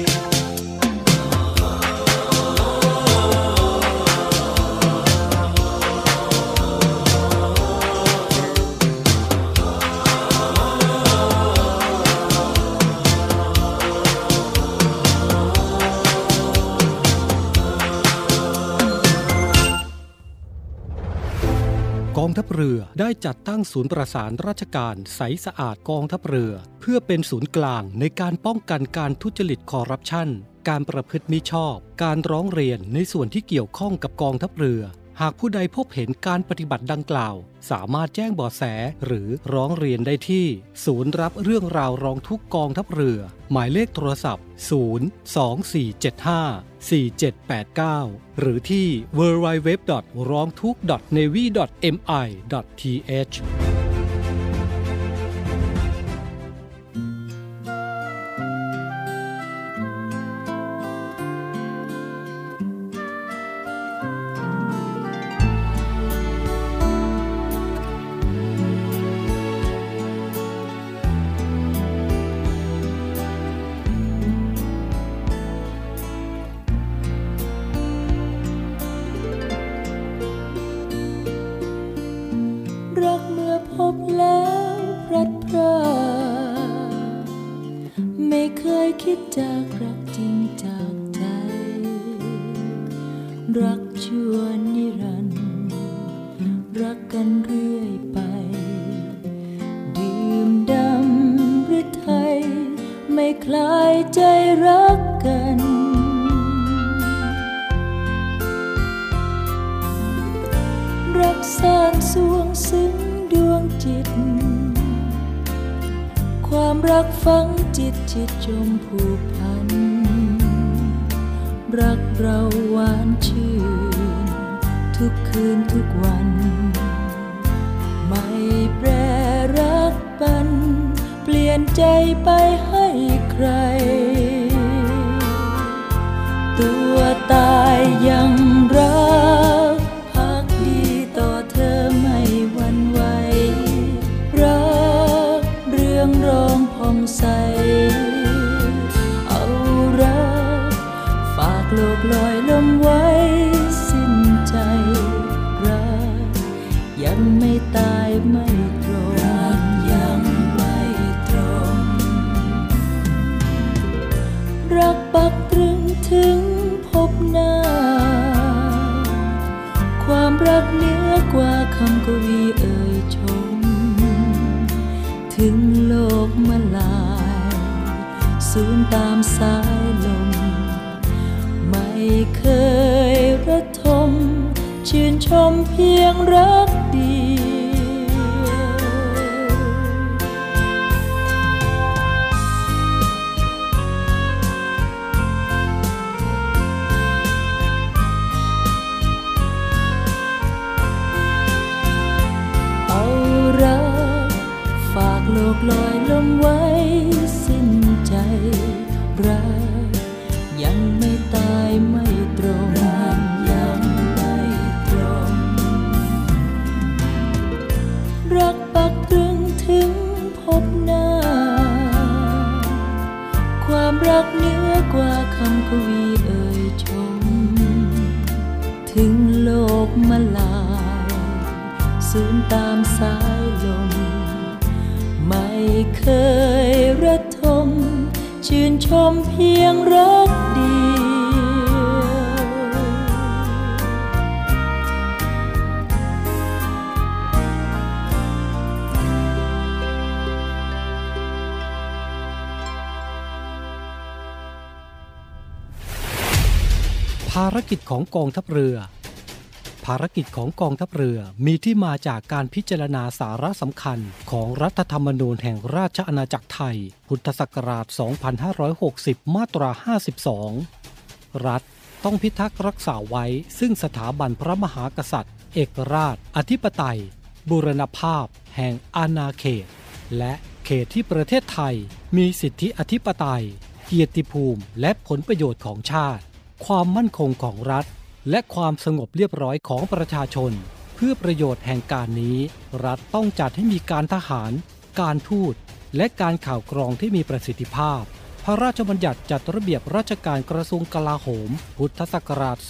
กองทัพเรือได้จัดตั้งศูนย์ประสานราชการใสสะอาดกองทัพเรือเพื่อเป็นศูนย์กลางในการป้องกันการทุจริตคอร์รัปชันการประพฤติมิชอบการร้องเรียนในส่วนที่เกี่ยวข้องกับกองทัพเรือหากผู้ใดพบเห็นการปฏิบัติดังกล่าวสามารถแจ้งเบาะแสหรือร้องเรียนได้ที่ศูนย์รับเรื่องราวร้องทุกข์กองทัพเรือหมายเลขโทรศัพท์024754789หรือที่ www.rongthuk.navy.mi.th รักเมื่อพบแล้วพลัดพรากไม่เคยคิดจากรักจริงจากใจรักชั่วนิรันดร์รักกันเรื่อยไปดื่มดำหรือไทยไม่คลายใจรักกันรักสร้างสวงซึ้งดวงจิตความรักฝังจิตจมผูกพันรักเราหวานชื่นทุกคืนทุกวันไม่แปรรักปันเปลี่ยนใจไปให้ใครตัวตายยังรักร้องผ่องใสเอารักฝากโลกลอยลมไว้สิ้นใจรักยังไม่ตายไม่ตรงรักยังไม่ตรงรักปักตรึงถึงพบหน้าความรักเหนือกว่าคำกวีเอ่ยชมถึงโลกมาลายสูญตามสายลมไม่เคยระทมชื่นชมเพียงรักเดียวเอารักฝากโลกลอยลมไว้สิ้นใจรักยังไม่ตายไม่ตรงยังไม่ตรงรักปักตรึงถึงพบหน้าความรักเหนือกว่าคำกวีเอ่ยชมถึงโลกมาลายสูญตามสายลมไม่เคยระทมชื่นชมเพียงรักเดียวภารกิจของกองทัพเรือภารกิจของกองทัพเรือมีที่มาจากการพิจารณาสาระสำคัญของรัฐธรรมนูญแห่งราชอาณาจักรไทยพุทธศักราช 2560 มาตรา 52 รัฐต้องพิทักษ์รักษาไว้ซึ่งสถาบันพระมหากษัตริย์เอกราชอธิปไตยบูรณภาพแห่งอาณาเขตและเขตที่ประเทศไทยมีสิทธิอธิปไตยเกียรติภูมิและผลประโยชน์ของชาติความมั่นคงของรัฐและความสงบเรียบร้อยของประชาชนเพื่อประโยชน์แห่งการนี้รัฐต้องจัดให้มีการทหารการทูตและการข่าวกรองที่มีประสิทธิภาพพระราชบัญญัติจัดระเบียบราชการกระทรวงกลาโหมพุทธศักราช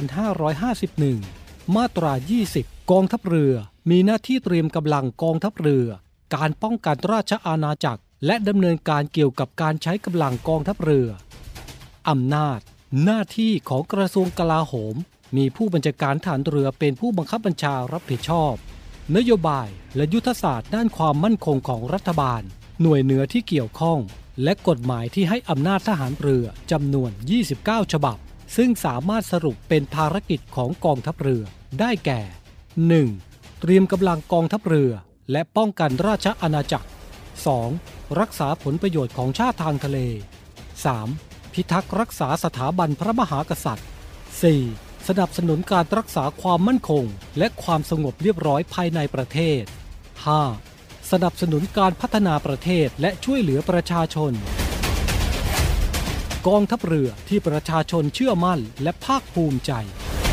2551 มาตรา 20 กองทัพเรือมีหน้าที่เตรียมกำลังกองทัพเรือการป้องกันราชอาณาจักรและดำเนินการเกี่ยวกับการใช้กำลังกองทัพเรืออำนาจหน้าที่ของกระทรวงกลาโหมมีผู้บัญชาการทหารเรือเป็นผู้บังคับบัญชารับผิดชอบนโยบายและยุทธศาสตร์ด้านความมั่นคงของรัฐบาลหน่วยเหนือที่เกี่ยวข้องและกฎหมายที่ให้อำนาจทหารเรือจำนวน 29 ฉบับซึ่งสามารถสรุปเป็นภารกิจของกองทัพเรือได้แก่ 1. เตรียมกำลังกองทัพเรือและป้องกันราชอาณาจักร 2. รักษาผลประโยชน์ของชาติทางทะเล 3. พิทักษ์รักษาสถาบันพระมหากษัตริย์ 4. สนับสนุนการรักษาความมั่นคงและความสงบเรียบร้อยภายในประเทศ 5. สนับสนุนการพัฒนาประเทศและช่วยเหลือประชาชนกองทัพเรือที่ประชาชนเชื่อมั่นและภาคภูมิใจ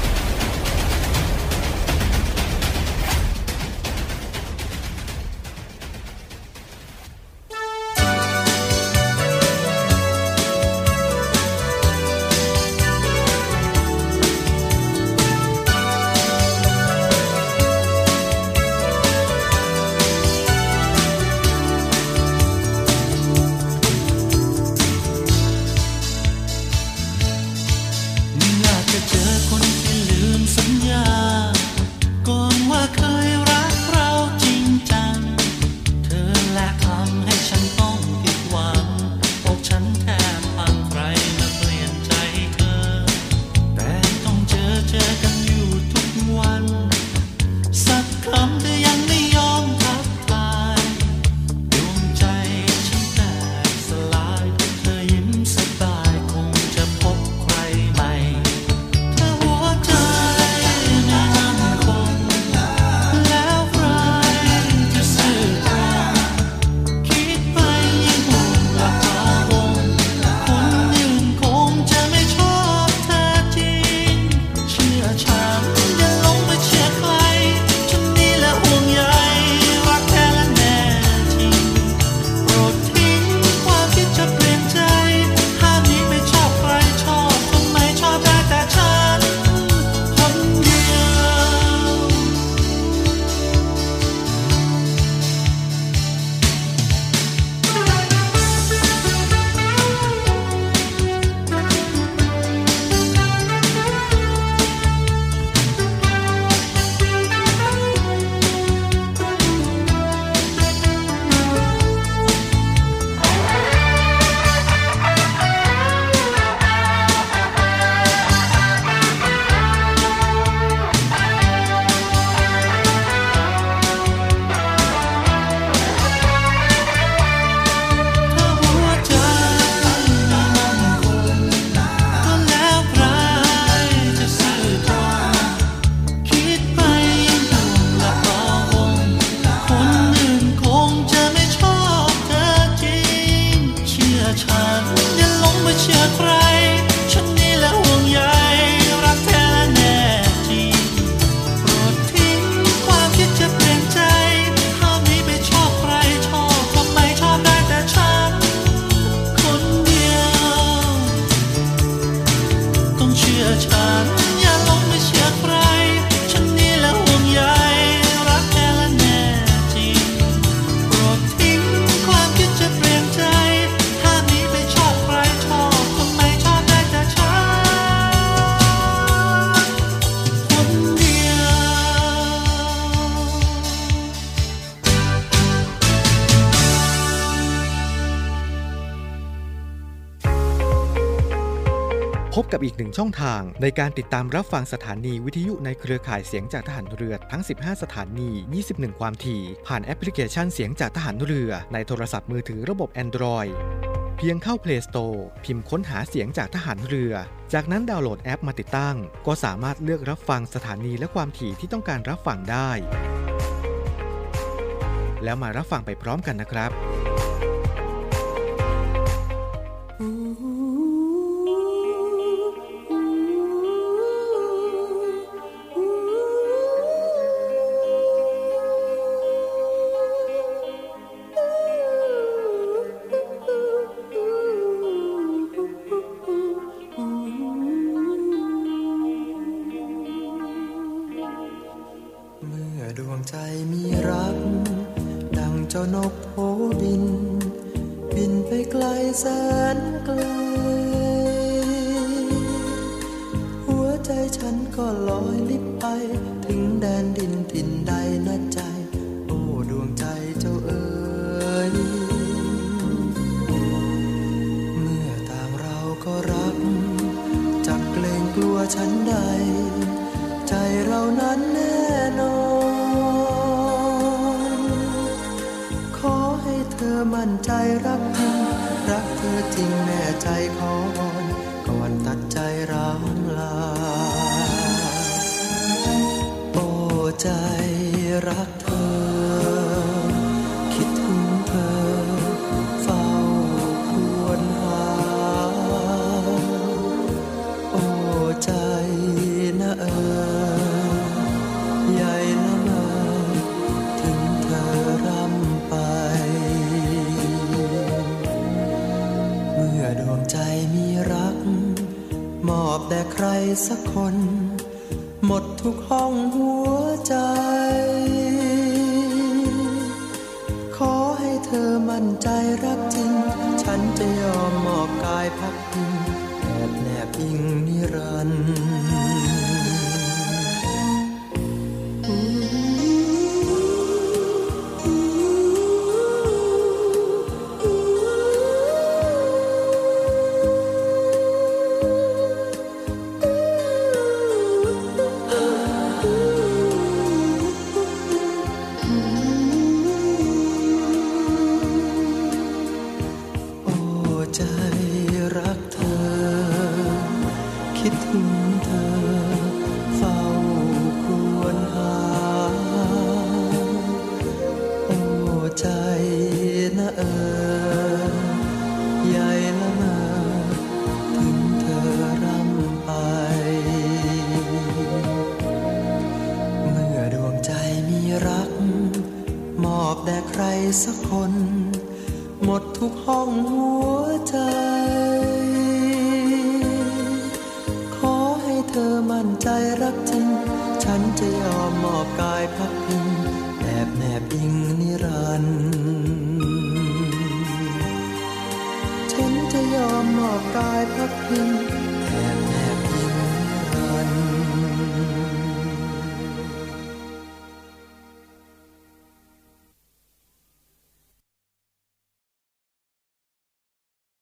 พบกับอีกหนึ่งช่องทางในการติดตามรับฟังสถานีวิทยุในเครือข่ายเสียงจากทหารเรือทั้ง15สถานี 21 ความถี่ผ่านแอปพลิเคชันเสียงจากทหารเรือในโทรศัพท์มือถือระบบ Android เพียงเข้า Play Store พิมพ์ค้นหาเสียงจากทหารเรือจากนั้นดาวน์โหลดแอปมาติดตั้งก็สามารถเลือกรับฟังสถานีและความถี่ที่ต้องการรับฟังได้แล้วมารับฟังไปพร้อมกันนะครับแสนไกลหัวใจฉันก็ลอยลิบไปถึงแดนดินถิ่นใดนะใจโอ้ดวงใจเจ้าเอ๋ยเมื่อต่างเราก็รักจักเกรงกลัวฉันใดใจเรานั้นแน่นอนขอให้เธอมั่นใจรักจริงรักเธอจริงแน่ใจขอวอนก่อนตัดใจร้างลาโอ้ใจรักเธอคิดถึงเธอเฝ้าครวญหาโอ้ใจนะใหญ่ละเมอถึงเธอร่ำไปเมื่อดวงใจมีรักมอบแด่ใครสักคนหมดทุกห้องหัวใจขอให้เธอมั่นใจรักจริงฉันจะยอมมอบกายพักพิงแนบอิงนิรันดร์คิดถึงเธอเฝ้าครวญหาโอ้ใจนะใหญ่ละเมอถึงเธอร่ำไปเมื่อดวงใจมีรักมอบแด่ใครสักคนหมดทุกห้องหัวใจเธอมั่นใจรักจริงฉันจะยอมมอบกายพักพิงแนบอิงนิรันดร์ฉันจะยอมมอบกายพักพิงแน